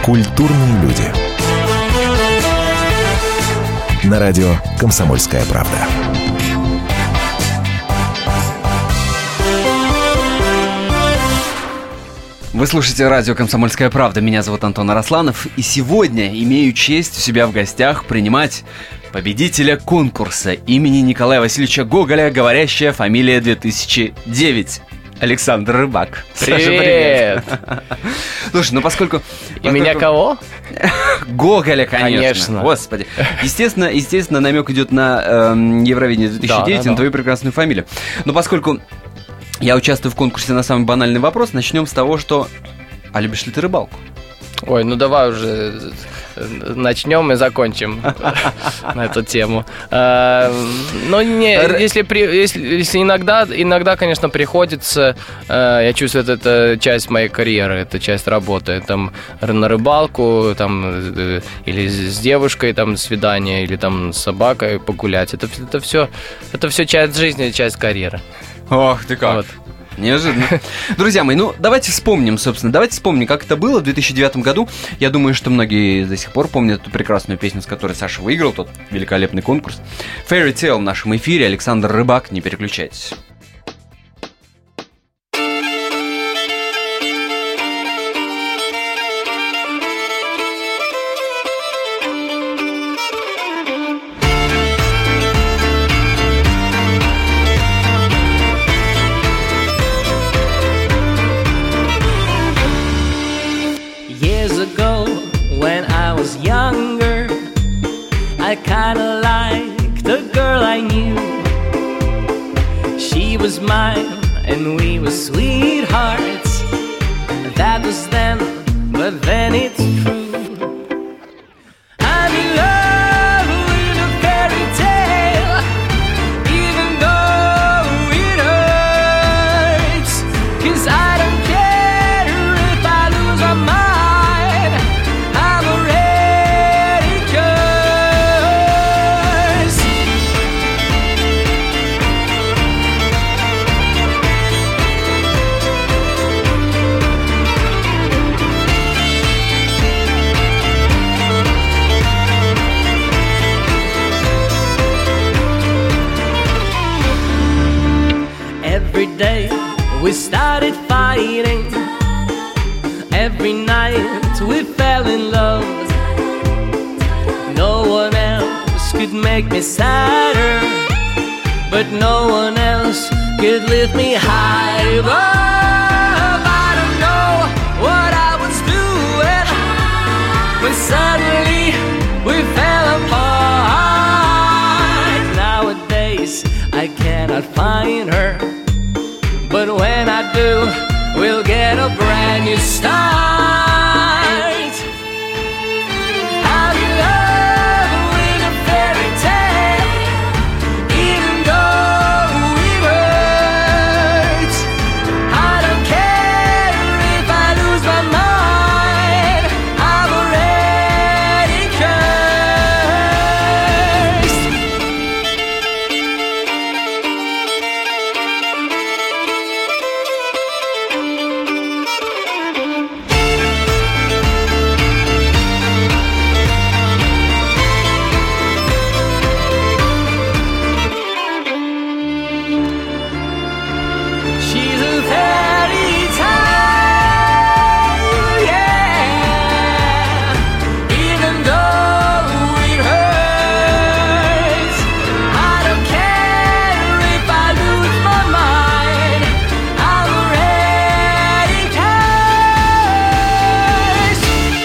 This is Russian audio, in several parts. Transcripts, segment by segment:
Культурные люди. На радио «Комсомольская правда». Вы слушаете радио «Комсомольская правда». Меня зовут Антон Арасланов. И сегодня имею честь у себя в гостях принимать победителя конкурса имени Николая Васильевича Гоголя «Говорящая фамилия 2009». Александр Рыбак. Привет! Слушай, ну поскольку... И меня кого? Гоголя, конечно. Господи. Естественно, намек идет на Евровидение 2009, на твою прекрасную фамилию. Но поскольку я участвую в конкурсе на самый банальный вопрос, начнем с того, что... А любишь ли ты рыбалку? Ой, ну давай уже начнем и закончим на эту тему. Но не, если иногда, конечно, приходится, я чувствую, это часть моей карьеры, это часть работы, там на рыбалку, там или с девушкой там свидание, или там с собакой погулять. Это все часть жизни, часть карьеры. Ох, ты как. Вот. Неожиданно. Друзья мои, ну давайте вспомним, как это было в 2009 году. Я думаю, что многие до сих пор помнят эту прекрасную песню, с которой Саша выиграл тот великолепный конкурс. Fairy Tale в нашем эфире. Александр Рыбак, не переключайтесь. I kinda liked a girl I knew. She was mine and we were sweethearts. That was then, but then it's true. I'm in love with a fairy tale, even though it hurts. 'Cause I don't care if I lose my mind, I'm already cursed. Every day we started fighting. Every night we fell in love. No one else could make me sadder, but no one else could lift me high above. I don't know what I was doing when suddenly we fell apart. Nowadays I cannot find her, but when I do, we'll get a brand new start. I'm in love with a fairy tale, even though it hurts. I don't care if I lose my mind, I'm already cursed. She's a fairy tale, yeah. Even though it hurts, I don't care if I lose my mind, I'm already cursed.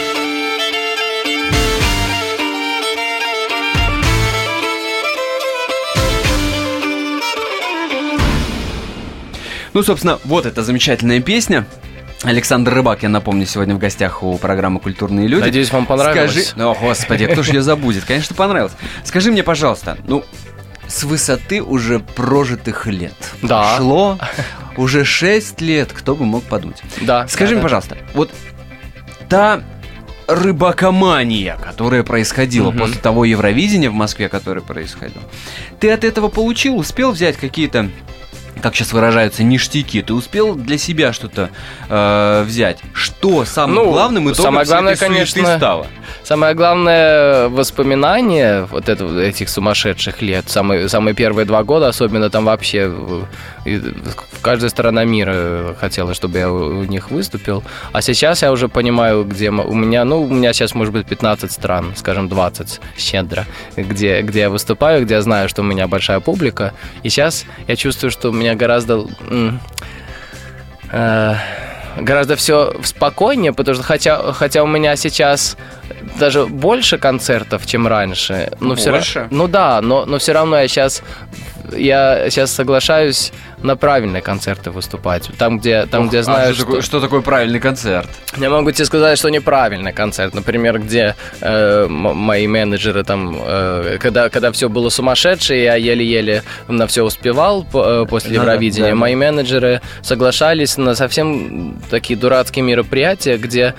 Ну, собственно, вот эта замечательная песня. Александр Рыбак, я напомню, сегодня в гостях у программы «Культурные люди». Надеюсь, вам понравилось. Скажи... О, господи, кто ж ее забудет? Конечно, понравилось. Скажи мне, пожалуйста, ну, с высоты уже прожитых лет. Да. Шло уже 6 лет, кто бы мог подумать. Да. Скажи мне, пожалуйста, вот та рыбакомания, которая происходила после того Евровидения в Москве, которое происходило, ты от этого успел взять какие-то как сейчас выражаются, ништяки. Ты успел для себя что-то взять? Что самым главным итогом всей этой суеты стало? Самое главное воспоминание вот этих сумасшедших лет, самые первые 2 года, особенно там вообще каждая страна мира хотела, чтобы я у них выступил. А сейчас я уже понимаю, где у меня сейчас может быть 15 стран, скажем, 20 щедро, где я выступаю, где я знаю, что у меня большая публика. И сейчас я чувствую, что у меня гораздо все спокойнее, потому что хотя у меня сейчас даже больше концертов, чем раньше. Но больше? Но все равно я сейчас соглашаюсь на правильные концерты выступать. Там, где знаю, что такое правильный концерт? Я могу тебе сказать, что неправильный концерт. Например, где мои менеджеры там, когда все было сумасшедшее, я еле-еле на все успевал после Евровидения. Да. Мои менеджеры соглашались на совсем такие дурацкие мероприятия,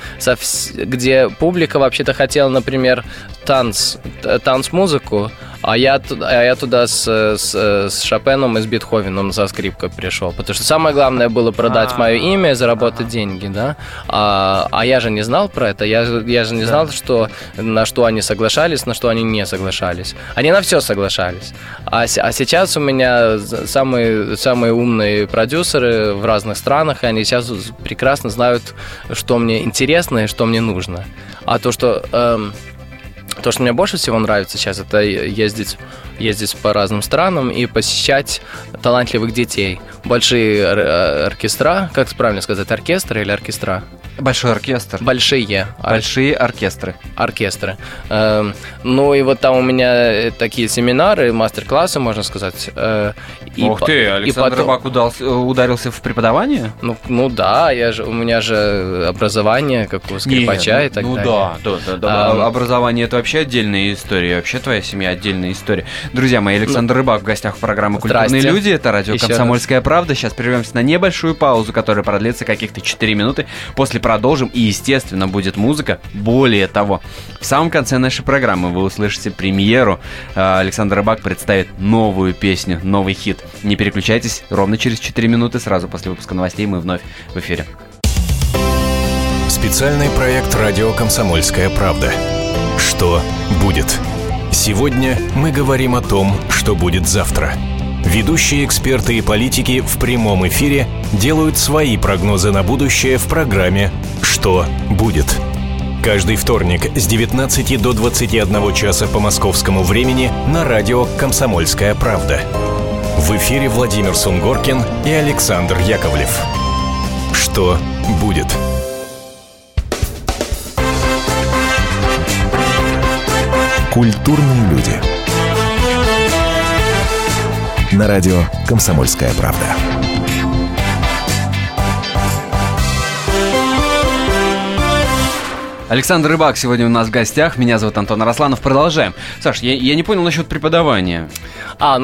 где публика вообще-то хотела, например, танц-музыку, а я туда с Шопеном и с Бетховеном за скрипкой пришел. Потому что самое главное было продать мое имя и заработать деньги, да? А я же не знал про это. Я же не знал, на что они соглашались, на что они не соглашались. Они на все соглашались. А сейчас у меня самые умные продюсеры в разных странах, и они сейчас прекрасно знают, что мне интересно и что мне нужно. А то, что мне больше всего нравится сейчас, это ездить по разным странам и посещать талантливых детей. Большие оркестра, как правильно сказать, оркестры или оркестра? Большой оркестр. Большие оркестры. Оркестры. Ну и вот там у меня такие семинары, мастер-классы, можно сказать. Ух ты, Александр Рыбак ударился в преподавание? Ну да, у меня же образование, как у скрипача и так далее. Да. Образование — это вообще отдельная история. Вообще твоя семья — отдельная история. Друзья мои, Александр Рыбак в гостях программы «Культурные люди». Это радио «Комсомольская правда». Сейчас прервемся на небольшую паузу, которая продлится каких-то 4 минуты. После продолжим, и, естественно, будет музыка. Более того, в самом конце нашей программы вы услышите премьеру. Александр Рыбак представит новую песню, новый хит. Не переключайтесь, ровно через 4 минуты, сразу после выпуска новостей, мы вновь в эфире. Специальный проект «Радио Комсомольская правда». Что будет? Сегодня мы говорим о том, что будет завтра. Ведущие эксперты и политики в прямом эфире делают свои прогнозы на будущее в программе «Что будет?». Каждый вторник с 19 до 21 часа по московскому времени на радио «Комсомольская правда». В эфире Владимир Сунгоркин и Александр Яковлев. Что будет? Культурные люди. На радио «Комсомольская правда». Александр Рыбак сегодня у нас в гостях. Меня зовут Антон Арасланов. Продолжаем. Саш, я не понял насчет преподавания. Я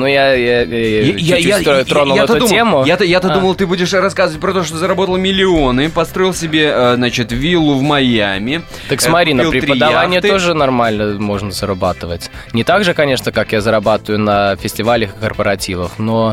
тронул эту тему. Я-то думал, ты будешь рассказывать про то, что заработал миллионы, построил себе, виллу в Майами. Так смотри, на преподавание тоже нормально можно зарабатывать. Не так же, конечно, как я зарабатываю на фестивалях и корпоративах, но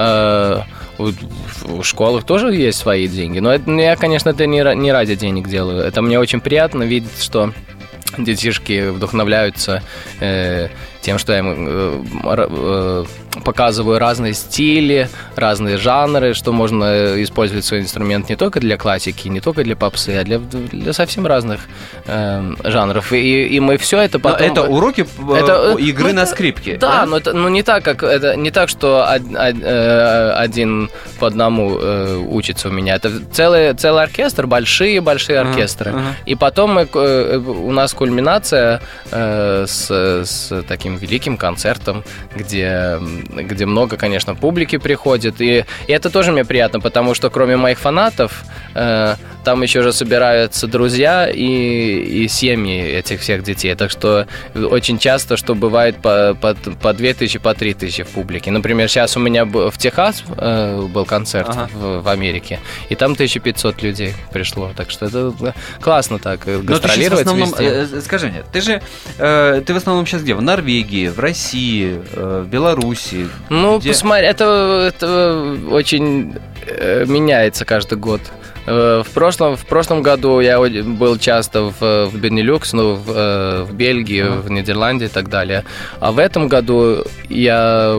в школах тоже есть свои деньги. Но я, конечно, это не ради денег делаю. Это мне очень приятно видеть, что детишки вдохновляются тем, что я им показываю разные стили, разные жанры, что можно использовать свой инструмент не только для классики, не только для попсы, а для совсем разных жанров. И мы все это потом... Это уроки игры на скрипке. Да, но не так, не так, что один по одному учится у меня. Это целый оркестр, большие оркестры. И потом у нас кульминация с таким великим концертом, где много, конечно, публики приходит. И это тоже мне приятно, потому что кроме моих фанатов, там еще же собираются друзья и семьи этих всех детей. Так что очень часто, что бывает по 2000, по 3000 в публике. Например, сейчас у меня в Техас был концерт в Америке, и там 1500 людей пришло. Так что это классно так гастролировать везде. Скажи мне, ты в основном сейчас где? В Норвегии, в России, в Беларуси? Посмотри, это очень меняется каждый год. В прошлом году я был часто в Бенилюкс, в Бельгии, в Нидерланде и так далее. А в этом году я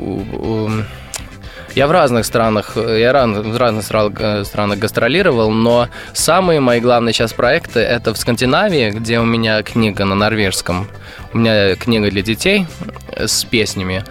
в разных странах, гастролировал, но самые мои главные сейчас проекты это в Скандинавии, где у меня книга на норвежском. У меня книга для детей с песнями.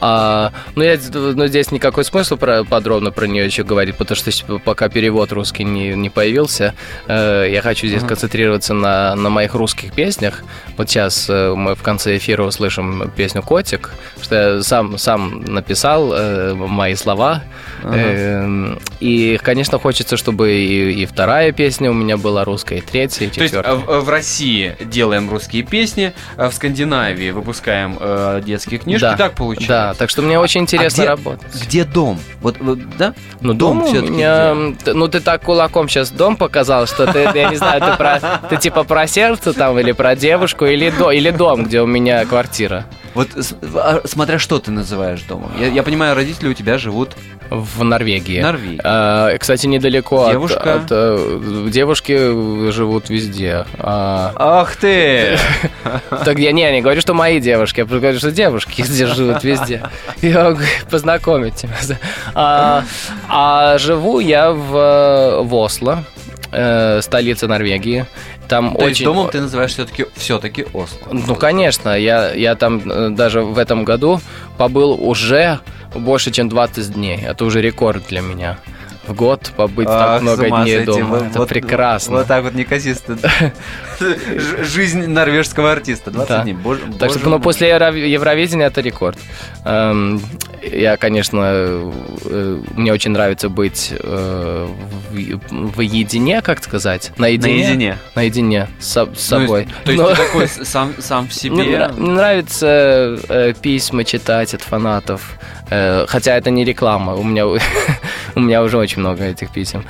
Здесь никакой смысл подробно про нее еще говорить, потому что пока перевод русский не появился, я хочу здесь концентрироваться на моих русских песнях. Вот сейчас мы в конце эфира услышим песню «Котик», что я сам написал мои слова. И, конечно, хочется, чтобы и вторая песня у меня была русская, и третья, и четвертая. То есть в России делаем русские песни, в Скандинавии выпускаем детские книжки, так получилось? Да, так что мне очень интересно работать. Где дом? Да? Дом у меня... ты так кулаком сейчас дом показал, что ты, я не знаю, ты типа про сердце там, или про девушку, или дом, где у меня квартира. Вот смотря что ты называешь домом. Я понимаю, родители у тебя живут... В Норвегии. Кстати, недалеко Девушка? Девушки живут везде. Ах ты! Так я не говорю, что мои девушки, я просто говорю, что девушки здесь живут везде. Я могу познакомить тебя. Живу я в Осло, столице Норвегии. Там То есть домом ты называешь все-таки Осло? Ну, конечно. Я там даже в этом году побыл уже больше, чем 20 дней. Это уже рекорд для меня. В год побыть так много дней дома. Это прекрасно. Вот так вот неказисто. Жизнь норвежского артиста. 20 дней. Так что после Евровидения это рекорд. Я, конечно, мне очень нравится быть воедине, как сказать? Наедине с собой. То есть ты такой сам в себе? Мне нравится письма читать от фанатов. Хотя это не реклама, у меня уже очень много этих писем.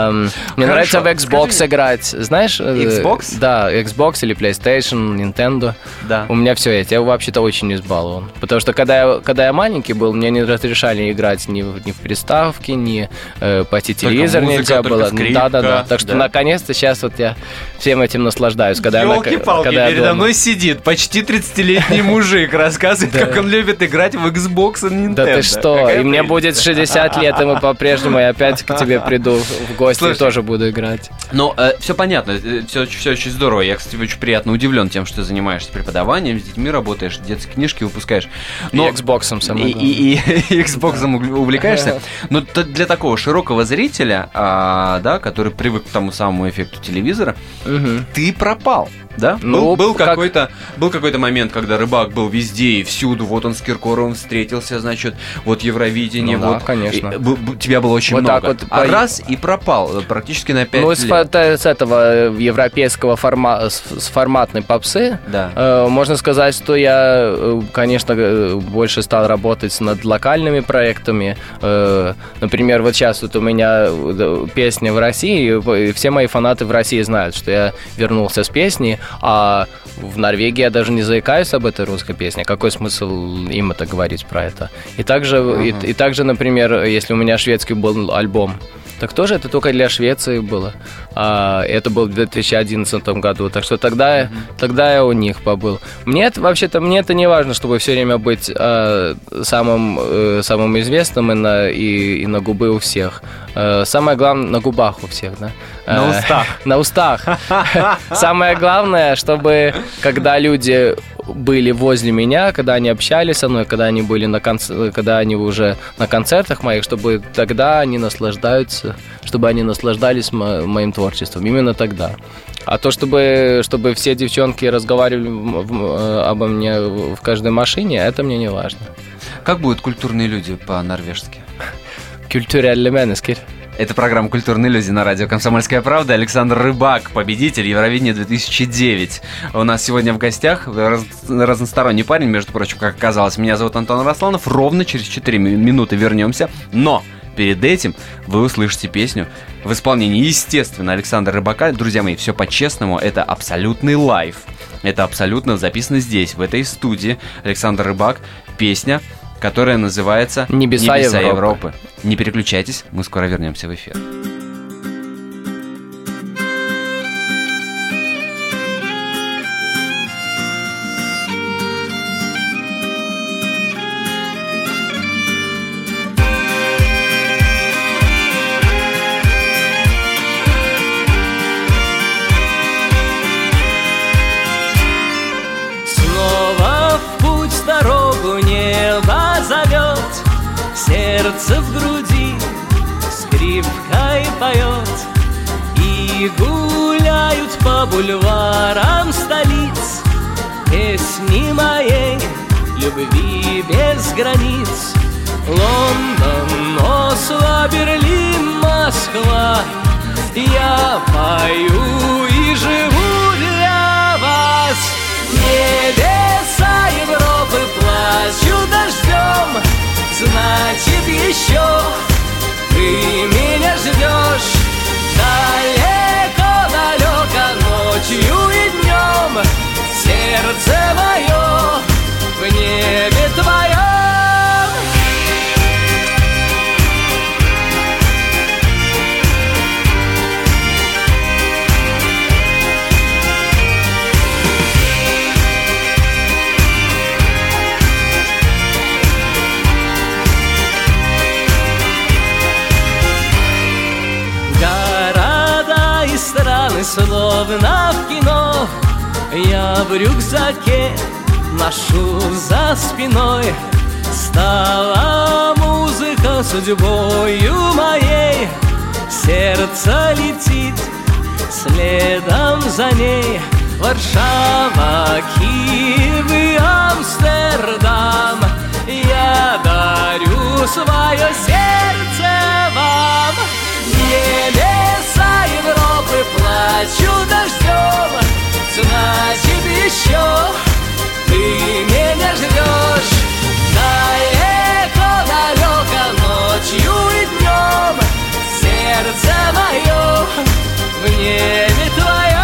Мне нравится в Xbox играть, знаешь? Xbox? Да, Xbox или PlayStation, Nintendo. Да. У меня все это. Я вообще-то очень избалован. Потому что когда я маленький был, мне не разрешали играть ни в приставке, ни по телевизору нельзя было. Да. Так что наконец-то сейчас вот я всем этим наслаждаюсь. Ёлки-палки, передо мной сидит почти 30-летний мужик, рассказывает, как он любит играть в Xbox и Nintendo. Да ты что? И мне будет 60 лет, и мы по-прежнему, я опять к тебе приду в гости и тоже буду играть. Ну, все понятно, все очень здорово. Я, кстати, очень приятно удивлен тем, что ты занимаешься преподаванием, с детьми работаешь, детские книжки выпускаешь. И Xbox'ом самое главное. И Xbox'ом увлекаешься. Но для такого широкого зрителя, который привык к тому самому эффекту телевизора, ты пропал. Да? Был какой-то момент, когда Рыбак был везде и всюду. Вот он с Киркоровым встретился, значит, вот Евровидение. Ну, да, конечно. Тебя было очень вот много. Так вот раз и пропал практически на 5 лет. С этого европейского с форматной попсы, можно сказать, что я, конечно, больше стал работать над локальными проектами. Например, вот сейчас вот у меня песня в России, и все мои фанаты в России знают, что я вернулся с песней. А в Норвегии я даже не заикаюсь об этой русской песне. Какой смысл им это говорить про это? И также, например, если у меня шведский был альбом, так тоже это только для Швеции было. Это было в 2011 году. Так что тогда я у них побыл. Мне это не важно, чтобы все время быть самым известным и на губы у всех. Самое главное, на губах у всех, да? На устах. На устах. Самое главное, чтобы когда люди были возле меня, когда они общались со мной, когда они были когда они уже на концертах моих, чтобы тогда они наслаждались моим творчеством. Именно тогда. А то, чтобы все девчонки разговаривали обо мне в каждой машине, это мне не важно. Как будут культурные люди по-норвежски? Kulturelle mennesker. Это программа «Культурные иллюзии» на радио «Комсомольская правда». Александр Рыбак, победитель Евровидения 2009. У нас сегодня в гостях разносторонний парень, между прочим, как оказалось. Меня зовут Антон Росланов. Ровно через 4 минуты вернемся. Но перед этим вы услышите песню в исполнении, естественно, Александра Рыбака. Друзья мои, все по-честному. Это абсолютный лайв. Это абсолютно записано здесь, в этой студии. Александр Рыбак. Песня, которая называется «Небеса Европы». Не переключайтесь, мы скоро вернемся в эфир. Сердце в груди скрипкой поет, и гуляют по бульварам столиц песни моей любви без границ. Лондон, Осло, Берлин, Москва, я пою и живу для вас. Небеса Европы плачут дождем, значит, еще ты меня ждешь. Далеко-далеко ночью и днем сердце мое в небе твоем. Словно в кино, я в рюкзаке ношу за спиной. Стала музыка судьбою моей, сердце летит следом за ней. Варшава, Киев и Амстердам, я дарю свое сердце вам. Небеса Европы плачут дождем, значит, еще ты меня ждешь. Далеко-далеко ночью и днем сердце мое в небе твоем.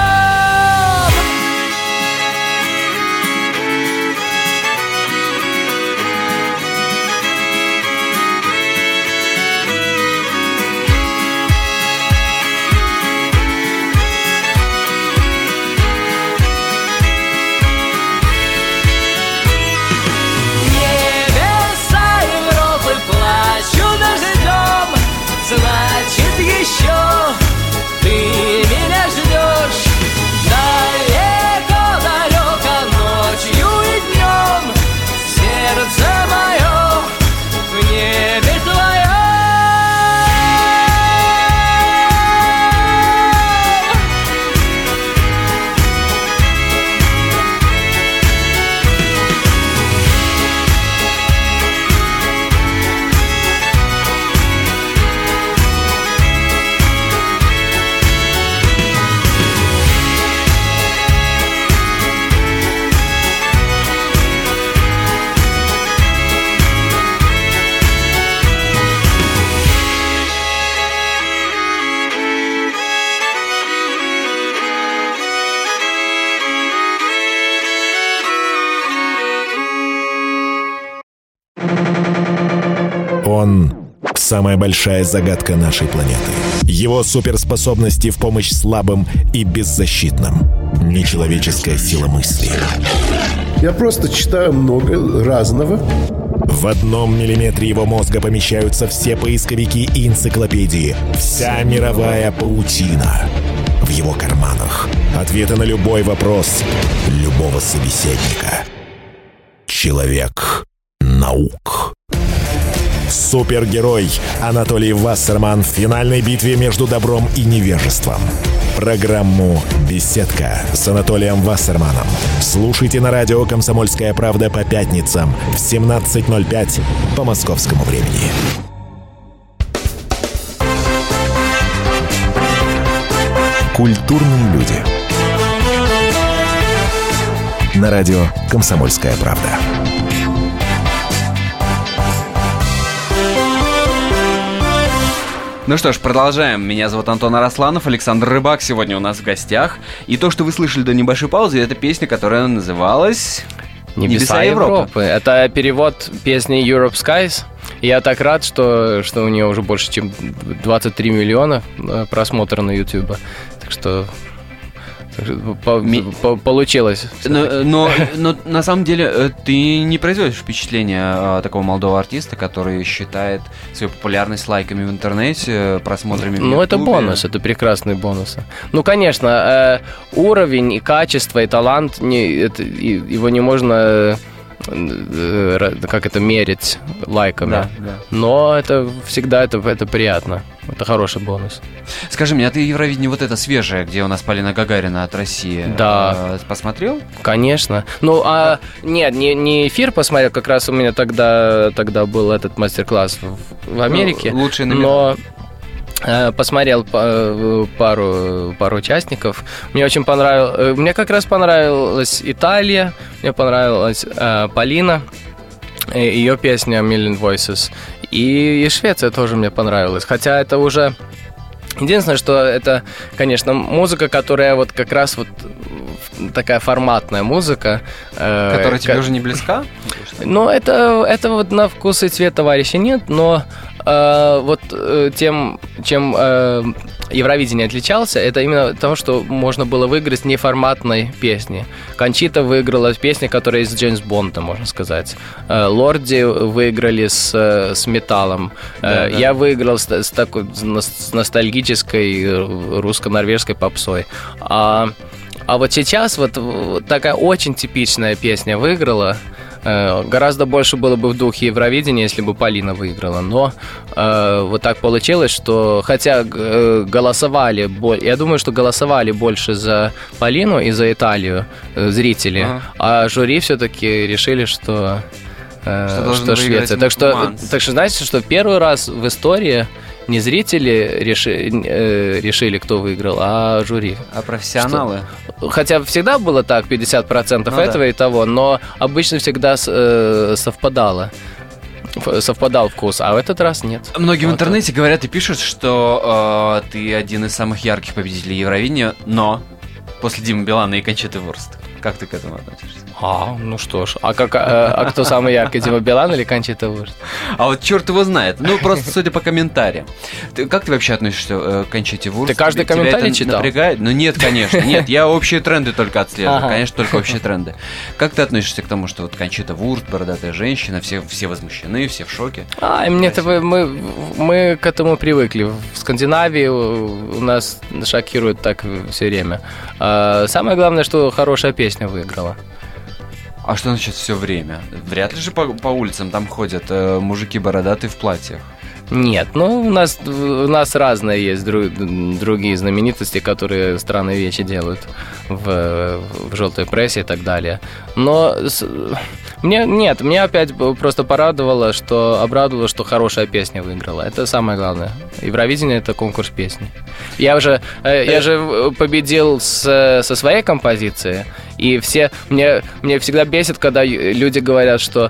Значит, еще ты меня ждешь. Далеко-далеко ночью и днем сердце мое в небе твоем. Он — самая большая загадка нашей планеты. Его суперспособности в помощь слабым и беззащитным. Нечеловеческая сила мысли. Я просто читаю много разного. В 1 миллиметре его мозга помещаются все поисковики и энциклопедии. Вся мировая паутина. В его карманах ответы на любой вопрос любого собеседника. Человек-наук. Супергерой Анатолий Вассерман в финальной битве между добром и невежеством. Программу «Беседка» с Анатолием Вассерманом слушайте на радио «Комсомольская правда» по пятницам в 17:05 по московскому времени. Культурные люди. На радио «Комсомольская правда». Ну что ж, продолжаем. Меня зовут Антон Арасланов, Александр Рыбак сегодня у нас в гостях. И то, что вы слышали до небольшой паузы, это песня, которая называлась «Небеса Европы». Это перевод песни Europe Skies. Я так рад, что у нее уже больше, чем 23 миллиона просмотров на YouTube. Так что получилось. Но на самом деле ты не производишь впечатление такого молодого артиста, который считает свою популярность лайками в интернете, просмотрами в YouTube. Ну, это бонус, это прекрасные бонусы. Ну, конечно, уровень и качество, и талант, его не можно... как это мерить лайками. Да. Но это всегда это приятно. Это хороший бонус. Скажи мне, а ты Евровидение вот это свежее, где у нас Полина Гагарина от России, да, посмотрел? Конечно. Ну, нет, не эфир посмотрел, как раз у меня тогда был этот мастер-класс в Америке. Ну, лучшие номера. Но посмотрел пару участников. Мне как раз понравилась Италия, мне понравилась Полина, ее песня «Million Voices». И Швеция тоже мне понравилась. Хотя это уже... Единственное, что это, конечно, музыка, которая вот как раз вот такая форматная музыка. Которая тебе уже не близка? Ну, это вот на вкус и цвет товарища нет, но вот тем, чем Евровидение отличался, это именно то, что можно было выиграть с неформатной песни. Кончита выиграла песни, которые из Джеймс Бонда, можно сказать. Лорди выиграли с металлом. Да. Я выиграл с такой с ностальгической русско-норвежской попсой. А вот сейчас вот такая очень типичная песня выиграла. Гораздо больше было бы в духе Евровидения, если бы Полина выиграла. Но вот так получилось, что хотя голосовали, я думаю, что голосовали больше за Полину и за Италию зрители, а жюри все-таки решили, что Швеция. Так что знаете, что первый раз в истории не зрители решили, кто выиграл, а жюри. А профессионалы? Хотя всегда было так, 50% этого и того, но обычно всегда совпадал вкус, а в этот раз нет. Многие в интернете говорят и пишут, что ты один из самых ярких победителей Евровидения, но после Димы Билана и Кончиты Вурст. Как ты к этому относишься? Ну что ж. А кто самый яркий, Дима Билан или Кончита Вурст? А вот черт его знает. Ну, просто судя по комментариям. Как ты вообще относишься к Кончите Вурст? Ты каждый комментарий читал? Напрягает? Ну нет, конечно. Нет, я общие тренды только отслеживаю. Конечно, только общие тренды. Как ты относишься к тому, что вот Кончита Вурст, бородатая женщина, все возмущены, все в шоке? Мы к этому привыкли. В Скандинавии у нас шокирует так все время. Самое главное, что хорошая песня выиграла. А что значит все время? Вряд ли же по улицам там ходят мужики бородатые в платьях. Нет, у нас разные есть другие знаменитости, которые странные вещи делают в желтой прессе и так далее. Но меня опять просто обрадовало, что хорошая песня выиграла. Это самое главное. Евровидение — это конкурс песни. Я же победил со своей композицией, и мне всегда бесит, когда люди говорят, что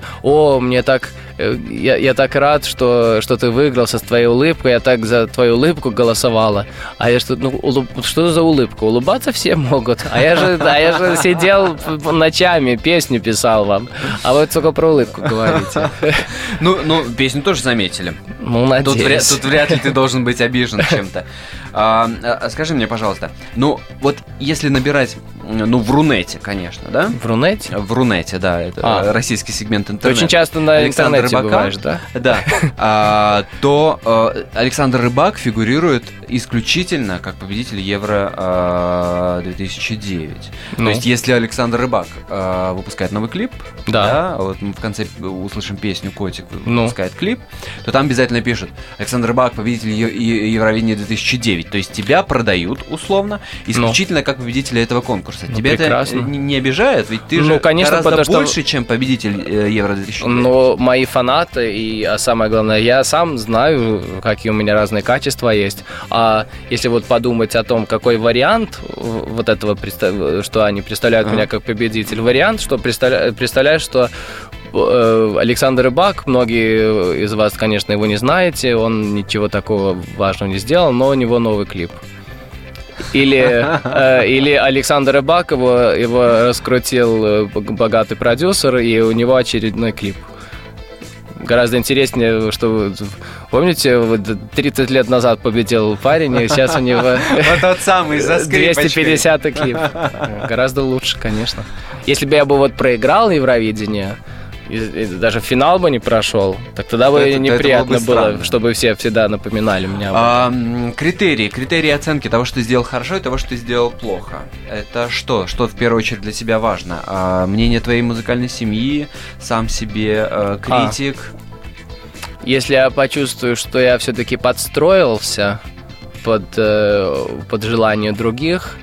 я так рад, что ты выиграл со твоей улыбкой, я так за твою улыбку голосовала. А я что за улыбка? Улыбаться все могут. А я же сидел ночами, песню писал вам. А вы только про улыбку говорите. Ну, песню тоже заметили. Надеюсь. Тут вряд ли ты должен быть обижен чем-то. Скажи мне, пожалуйста, вот если набирать, в Рунете, конечно, да? В Рунете? В Рунете, да, это российский сегмент интернета. Ты очень часто на интернете бываешь, да? Да. То Александр Рыбак фигурирует исключительно как победитель Евро 2009. То есть, если Александр Рыбак выпускает новый клип, да, вот мы в конце услышим песню «Котик» выпускает клип, то там обязательно пишут: Александр Рыбак, победитель Евровидения 2009. То есть тебя продают, условно, исключительно как победителя этого конкурса. конкурса. Тебя прекрасно. Это не обижает? Ведь ты же конечно, гораздо больше, чем победитель Евро-2009. Но мои фанаты, а самое главное, я сам знаю, какие у меня разные качества есть. А если вот подумать о том, какой вариант вот этого, что они представляют меня как победитель, вариант, что представляешь, что Александр Рыбак, многие из вас, конечно, его не знаете, он ничего такого важного не сделал, но у него новый клип. Или Александр Рыбак, его раскрутил богатый продюсер, и у него очередной клип. Гораздо интереснее, что, помните, 30 лет назад победил парень, и сейчас у него вот тот самый за скрипочкой. 250-й клип. Гораздо лучше, конечно. Если бы я бы вот проиграл Евровидение, и даже финал бы не прошел, так тогда бы неприятно было, чтобы все всегда напоминали меня. Критерии оценки того, что ты сделал хорошо, и того, что ты сделал плохо. Это что? Что в первую очередь для тебя важно? Мнение твоей музыкальной семьи, сам себе критик? Если я почувствую, что я все-таки подстроился под желание других,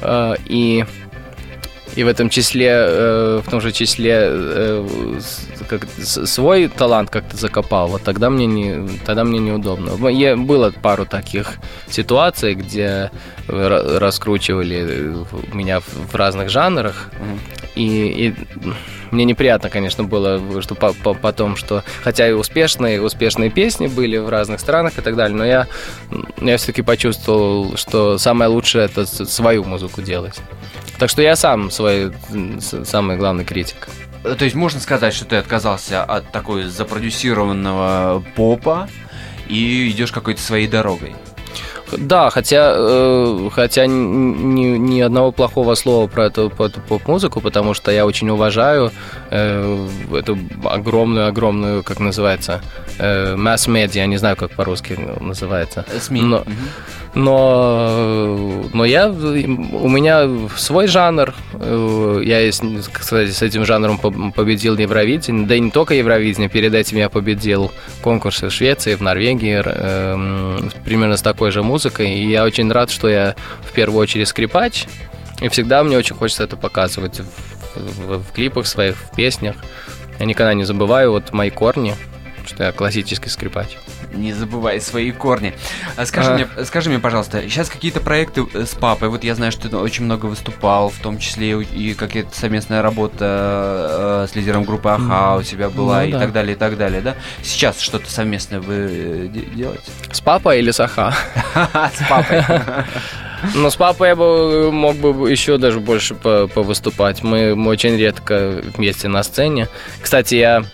и в этом числе, в том же числе, свой талант как-то закопал, вот тогда мне неудобно. Было пару таких ситуаций, где раскручивали меня в разных жанрах, и мне неприятно, конечно, было, что потом, что хотя и успешные песни были в разных странах и так далее, но я все-таки почувствовал, что самое лучшее — это свою музыку делать. Так что я сам самый главный критик. То есть можно сказать, что ты отказался от такой запродюсированного попа и идешь какой-то своей дорогой? Да, хотя ни одного плохого слова про эту поп-музыку, потому что я очень уважаю эту огромную, как называется, масс-медиа, я не знаю, как по-русски называется. СМИ. Но у меня свой жанр. Я, кстати, с этим жанром победил Евровидение. Да и не только Евровидение. Перед этим я победил конкурсы в Швеции, в Норвегии. Примерно с такой же музыкой. И я очень рад, что я в первую очередь скрипач. И всегда мне очень хочется это показывать в клипах своих, в песнях. Я никогда не забываю мои корни, что я классический скрипач. Не забывай свои корни. Скажи мне, пожалуйста, сейчас какие-то проекты с папой? Вот я знаю, что ты очень много выступал, в том числе и какая-то совместная работа с лидером группы «Аха» у тебя была, и так далее, да? Сейчас что-то совместное вы делаете? С папой или с «Аха»? С папой. Но с папой я мог бы еще даже больше повыступать. Мы очень редко вместе на сцене. Кстати,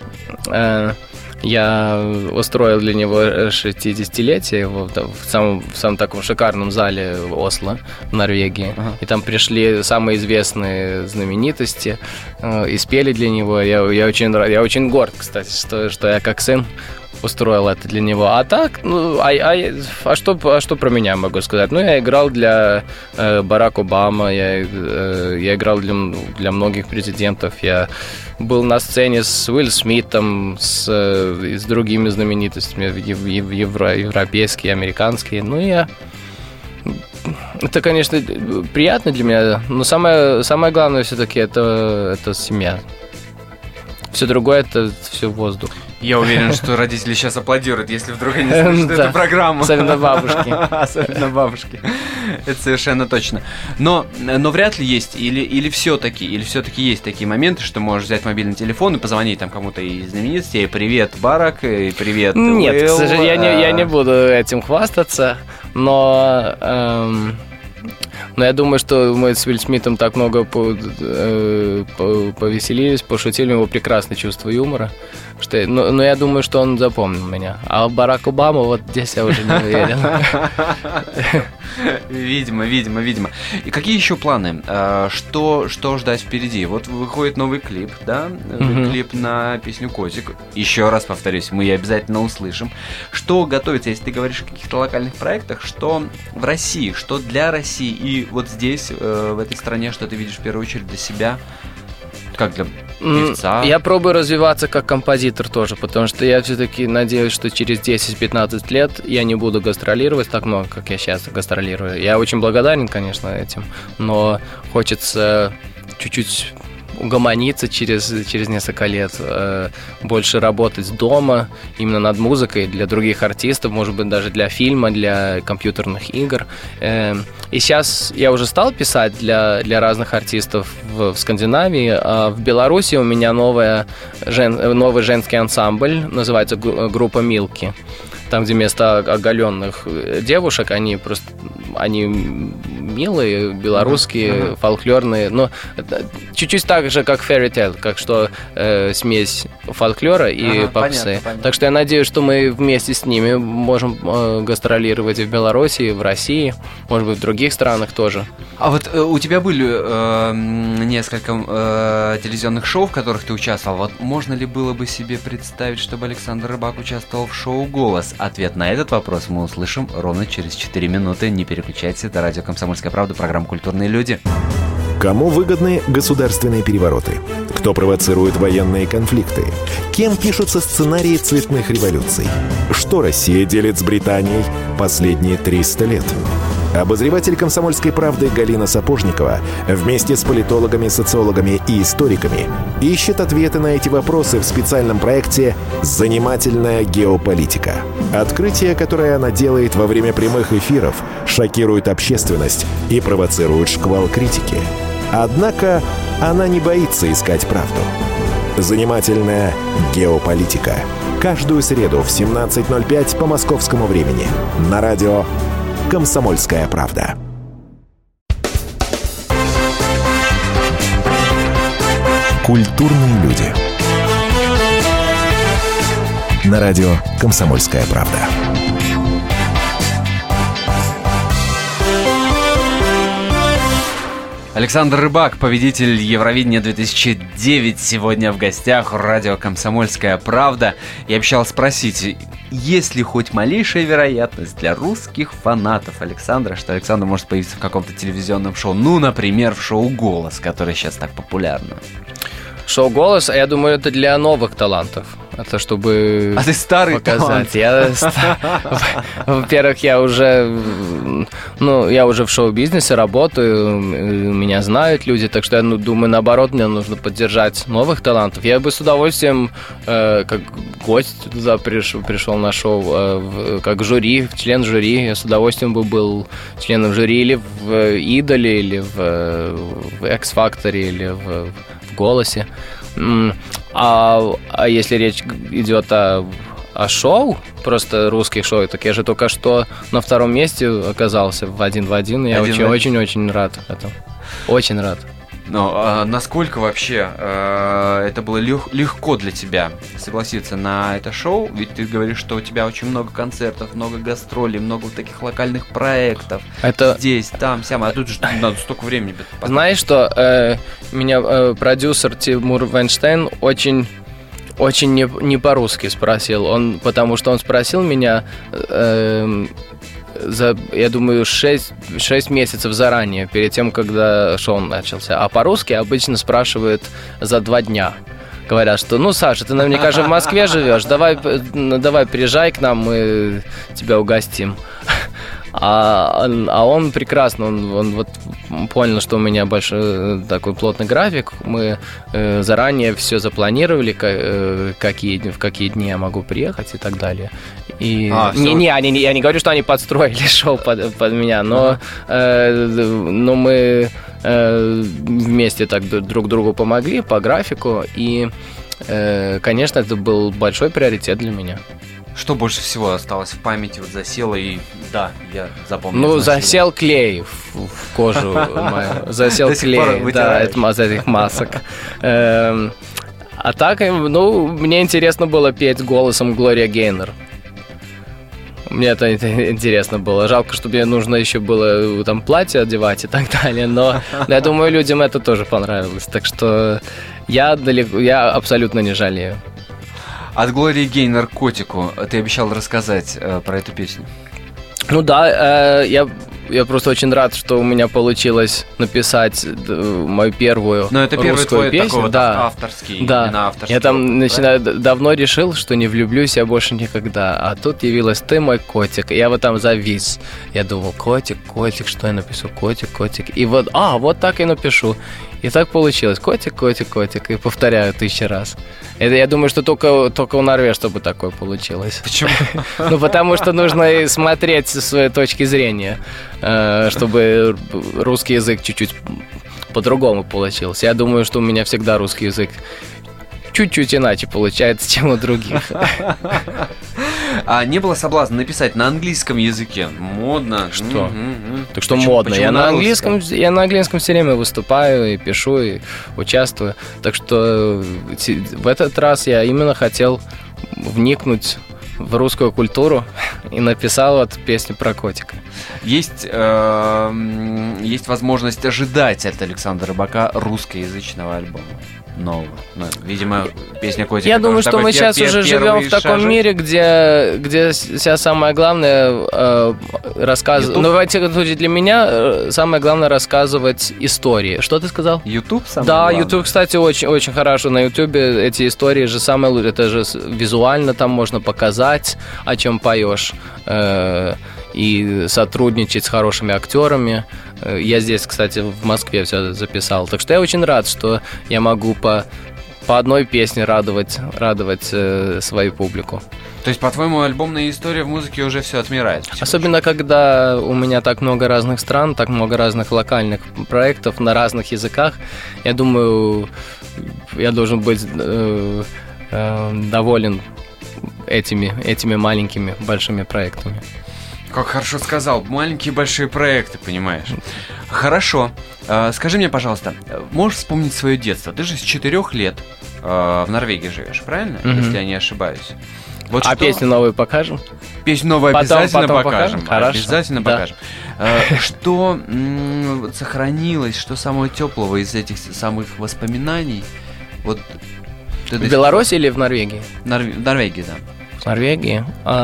я устроил для него 60-летие его в самом таком шикарном зале в Осло, в Норвегии. И там пришли самые известные знаменитости и спели для него. Я очень горд, кстати, что я как сын устроил это для него. А так, что про меня могу сказать? Я играл для Барака Обамы, я играл для многих президентов, я был на сцене с Уилл Смитом, с другими знаменитостями, европейские, американские. Это, конечно, приятно для меня, но самое главное все-таки это семья. Все другое — это все воздух. Я уверен, что родители сейчас аплодируют, если вдруг они слышат эту программу. Особенно бабушки. Особенно бабушки. Это совершенно точно. Но вряд ли есть, или все-таки есть такие моменты, что можешь взять мобильный телефон и позвонить там кому-то из знаменитостей. Привет, Барак, и привет, Уилл. Нет, к сожалению, я не буду этим хвастаться, но я думаю, что мы с Уилл Смитом так много повеселились, пошутили, у него прекрасное чувство юмора. Но я думаю, что он запомнил меня. А Барак Обама, вот здесь я уже не уверен. Видимо. И какие еще планы? Что ждать впереди? Вот выходит новый клип, да? Клип на песню «Котик». Еще раз повторюсь, мы ее обязательно услышим. Что готовится, если ты говоришь о каких-то локальных проектах? Что в России? Что для России? И вот здесь, в этой стране, что ты видишь в первую очередь для себя? Как для певца? Я пробую развиваться как композитор тоже, потому что я все-таки надеюсь, что через 10-15 лет я не буду гастролировать так много, как я сейчас гастролирую. Я очень благодарен, конечно, этим, но хочется чуть-чуть угомониться через несколько лет, больше работать дома, именно над музыкой для других артистов, может быть, даже для фильма, для компьютерных игр. И сейчас я уже стал писать для разных артистов в Скандинавии, а в Беларуси у меня новый женский ансамбль, называется группа «Милки». Там, где вместо оголенных девушек, они милые, белорусские, фольклорные, но чуть-чуть так же, как Fairy Tale, как что смесь фольклора и попсы. Понятно. Так что я надеюсь, что мы вместе с ними можем гастролировать и в Беларуси, и в России, может быть, в других странах тоже. А вот у тебя были несколько телевизионных шоу, в которых ты участвовал. Вот можно ли было бы себе представить, чтобы Александр Рыбак участвовал в шоу «Голос»? Ответ на этот вопрос мы услышим ровно через 4 минуты. Не переключайтесь, это радио «Комсомольская правда», программа «Культурные люди». Кому выгодны государственные перевороты? Кто провоцирует военные конфликты? Кем пишутся сценарии цветных революций? Что Россия делит с Британией последние 300 лет? Обозреватель «Комсомольской правды» Галина Сапожникова вместе с политологами, социологами и историками ищет ответы на эти вопросы в специальном проекте «Занимательная геополитика». Открытие, которое она делает во время прямых эфиров, шокирует общественность и провоцирует шквал критики. Однако она не боится искать правду. «Занимательная геополитика». Каждую среду в 17:05 по московскому времени на радио «Комсомольская правда». Культурные люди. На радио «Комсомольская правда». Александр Рыбак, победитель Евровидения 2009, сегодня в гостях у радио «Комсомольская правда». Я обещал спросить, есть ли хоть малейшая вероятность для русских фанатов Александра, что Александр может появиться в каком-то телевизионном шоу, ну, например, в шоу «Голос», которое сейчас так популярно? Шоу «Голос», я думаю, это для новых талантов. Это чтобы ты старый показать. Во-первых, я уже в шоу-бизнесе работаю, меня знают люди, так что я думаю, наоборот, мне нужно поддержать новых талантов. Я бы с удовольствием, как гость туда пришел на шоу, как жюри, член жюри, я с удовольствием бы был членом жюри или в «Идоле», или в «X-Factor», или в «Голосе». А если речь идет о шоу, просто русских шоу, так я же только что на 2-м месте оказался в 1 в 1. Я очень-очень рад этому. Очень рад. Но насколько вообще это было легко для тебя согласиться на это шоу? Ведь ты говоришь, что у тебя очень много концертов, много гастролей, много таких локальных проектов. Это... Здесь, там, сям. А тут же надо столько времени. Знаешь, что меня продюсер Тимур Вайнштейн очень не по-русски спросил. Потому что он спросил меня... я думаю, 6 месяцев заранее, перед тем, когда шоу начался. А по-русски обычно спрашивают за 2 дня. Говорят, что, Саша, ты наверняка же в Москве живешь, давай приезжай к нам, мы тебя угостим. А он прекрасно, он вот понял, что у меня большой такой плотный график. Мы заранее все запланировали, в какие дни я могу приехать и так далее. И я не говорю, что они подстроили шоу под меня, но мы вместе так друг другу помогли по графику, и, конечно, это был большой приоритет для меня. Что больше всего осталось в памяти, вот засело и... Да, я запомнил. Засел клей в кожу мою. Засел клей, да, от этих масок. А так, мне интересно было петь голосом Глория Гейнор. Мне это интересно было. Жалко, что мне нужно еще было там платье одевать и так далее. Но я думаю, людям это тоже понравилось. Так что я абсолютно не жалею. От Глории Гейнор «Котику» ты обещал рассказать про эту песню. Я я просто очень рад, что у меня получилось написать мою первую Но это первый русскую твой песню. такой вот авторский, именно авторский. Я там опыт, давно решил, что не влюблюсь я больше никогда. А тут явилась ты, мой котик. И я вот там завис. Я думал, котик, что я напишу? Котик. И вот, вот так и напишу. И так получилось. Котик. И повторяю 1000 раз. Это, я думаю, что только у Норвеж, чтобы такое получилось. Почему? Ну, потому что нужно и смотреть с своей точки зрения, чтобы русский язык чуть-чуть по-другому получился. Я думаю, что у меня всегда русский язык чуть-чуть иначе получается, чем у других. А не было соблазна написать на английском языке? Модно. Что? Так что модно. Я на английском все время выступаю и пишу, и участвую. Так что в этот раз я именно хотел вникнуть в русскую культуру и написал вот песню про котика. Есть возможность ожидать от Александра Рыбака русскоязычного альбома нового. Ну, видимо, песня «Котик». Я думаю, что мы сейчас уже живем в таком мире, где вся самое главное рассказывать. Ну, во всяком случае, для меня самое главное рассказывать истории. Что ты сказал? YouTube самое Да, главное? YouTube, кстати, очень хорошо. На YouTube эти истории же самые лучшие. Это же визуально там можно показать, о чем поешь. И сотрудничать с хорошими актерами. Я здесь, кстати, в Москве все записал. Так что я очень рад, что я могу по одной песне радовать свою публику. То есть, по-твоему, альбомная история в музыке уже все отмирает? Особенно, когда у меня так много разных стран, так много разных локальных проектов на разных языках. Я думаю, я должен быть доволен этими маленькими, большими проектами. Как хорошо сказал, маленькие большие проекты, понимаешь. Хорошо. Скажи мне, пожалуйста, можешь вспомнить свое детство? Ты же с 4 лет в Норвегии живешь, правильно? Если я не ошибаюсь. Вот песню новую покажем? Песню новую обязательно покажем. Хорошо. Обязательно покажем. Что сохранилось, что самого теплого из этих самых воспоминаний? Вот в Беларуси или в Норвегии? В Норвегии, да. В Норвегии?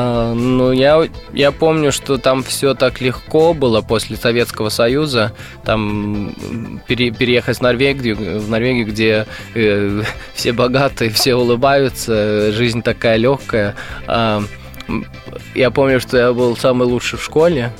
Я помню, что там все так легко было после Советского Союза. Там переехать в Норвегию, где все богатые, все улыбаются, жизнь такая легкая. Я помню, что я был самый лучший в школе.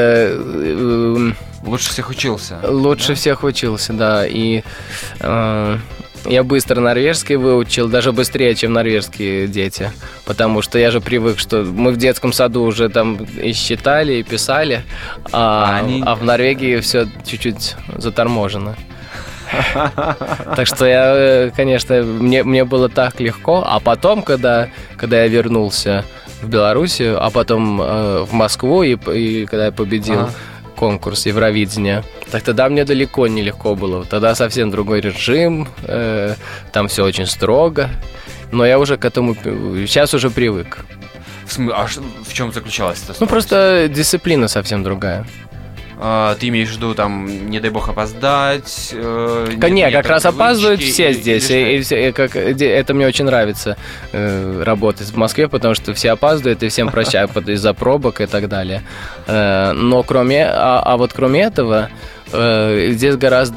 Лучше всех учился. Лучше всех учился, да. И я быстро норвежский выучил, даже быстрее, чем норвежские дети. Потому что я же привык, что мы в детском саду уже там и считали, и писали, а в Норвегии все чуть-чуть заторможено. Так что я, конечно, мне было так легко. А потом, когда я вернулся в Белоруссию, а потом в Москву, и когда я победил конкурс Евровидения, так тогда мне далеко не легко было. Тогда совсем другой режим, там все очень строго. Но я уже к этому сейчас уже привык. А в чем заключалась эта строгость? Просто дисциплина совсем другая. Ты имеешь в виду, там, не дай бог опоздать? Нет, как раз опаздывают все здесь. Это мне очень нравится работать в Москве, потому что все опаздывают и всем прощают из-за пробок и так далее. Но кроме этого, здесь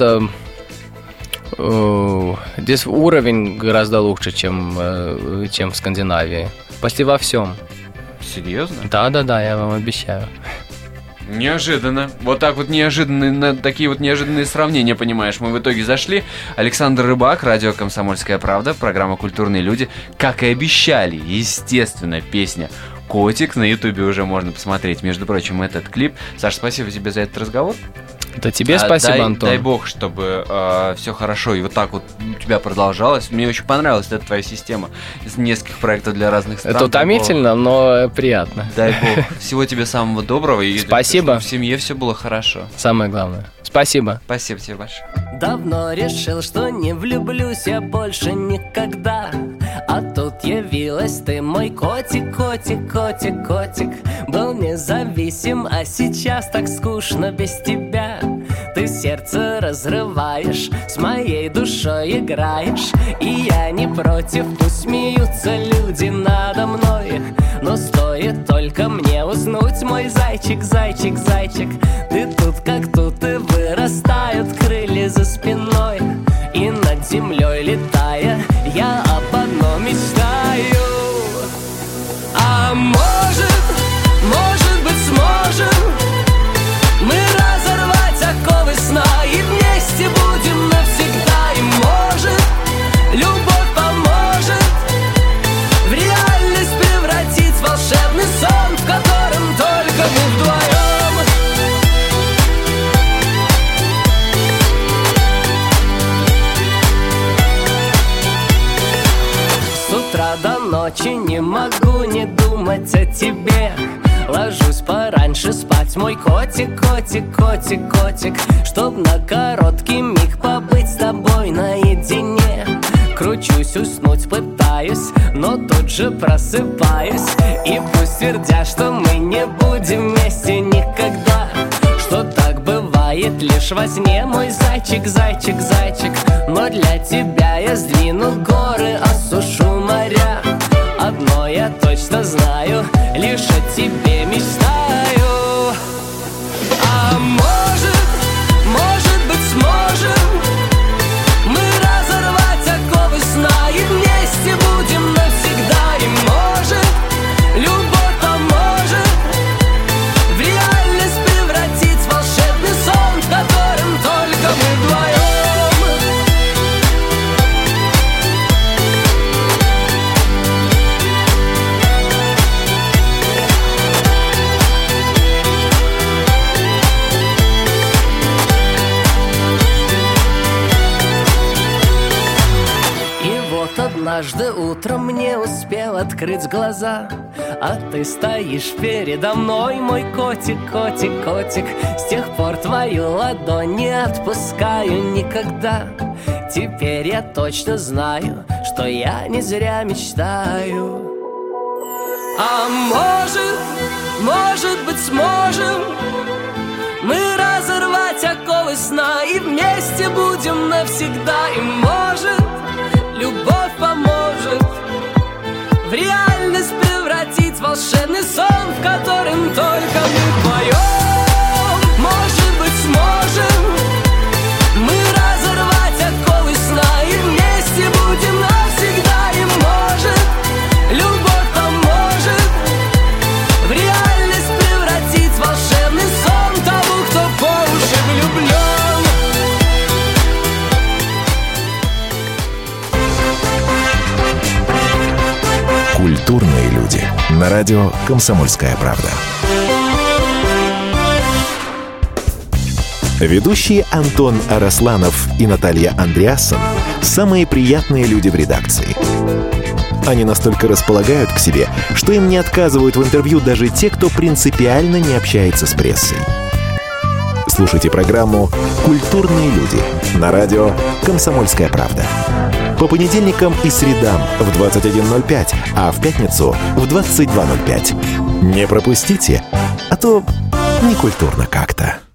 здесь уровень гораздо лучше, чем в Скандинавии. Почти во всем. Серьезно? Да, я вам обещаю. Неожиданно. Вот так вот неожиданные, такие вот неожиданные сравнения, понимаешь, мы в итоге зашли. Александр Рыбак, радио «Комсомольская правда», программа «Культурные люди». Как и обещали, естественно, песня «Котик». На ютубе уже можно посмотреть, между прочим, этот клип. Саша, спасибо тебе за этот разговор. Да тебе спасибо, Антон. Дай бог, чтобы все хорошо и вот так вот у тебя продолжалось. Мне очень понравилась эта твоя система из нескольких проектов для разных стран. Это утомительно, но приятно. Дай бог. Всего тебе самого доброго. И спасибо. В семье все было хорошо. Самое главное. Спасибо. Спасибо тебе большое. Давно решил, что не влюблюсь я больше никогда. А тут явилась ты, мой котик, котик, котик, котик. Был независим, а сейчас так скучно без тебя. Ты ты сердце разрываешь, с моей душой играешь. И я не против, пусть смеются люди надо мной, но стоит только мне уснуть, мой зайчик, зайчик, зайчик. Ты тут как тут, и вырастают крылья за спиной, и над землей летая, я об одном мечтаю. А может быть сможем мы разорвать оковы сна, и вместе будем навсегда. И может любовь поможет в реальность превратить волшебный сон, в котором только мы вдвоем. С утра до ночи не могу не думать о тебе. Ложусь пораньше спать, мой котик, котик, котик, котик, чтоб на короткий миг побыть с тобой наедине. Кручусь, уснуть пытаюсь, но тут же просыпаюсь. И пусть твердят, что мы не будем вместе никогда, что так бывает лишь во сне, мой зайчик, зайчик, зайчик. Но для тебя я сдвину горы, осушу моря. Одно я точно знаю, лишь о тебе мечтаю. А может быть сможем мы разорвать оковы сна, и вместе будем навсегда. И может любовь поможет в реальность превратить волшебный сон, в котором только мы вдвоем. Однажды утром не успел открыть глаза, а ты стоишь передо мной, мой котик, котик, котик. С тех пор твою ладонь не отпускаю никогда. Теперь я точно знаю, что я не зря мечтаю. А может быть сможем мы разорвать оковы сна, и вместе будем навсегда. И может любовь поможет в реальность превратить волшебный сон, в котором только мы вдвоем. Может быть сможем мы разорвать оковы сна, и вместе будем навсегда. И может любовь поможет в реальность превратить волшебный сон того, кто по уши влюблен. Культурные люди. На радио «Комсомольская правда». Ведущие Антон Арасланов и Наталья Андреасон – самые приятные люди в редакции. Они настолько располагают к себе, что им не отказывают в интервью даже те, кто принципиально не общается с прессой. Слушайте программу «Культурные люди» на радио «Комсомольская правда». По понедельникам и средам в 21:05, а в пятницу в 22:05. Не пропустите, а то некультурно как-то.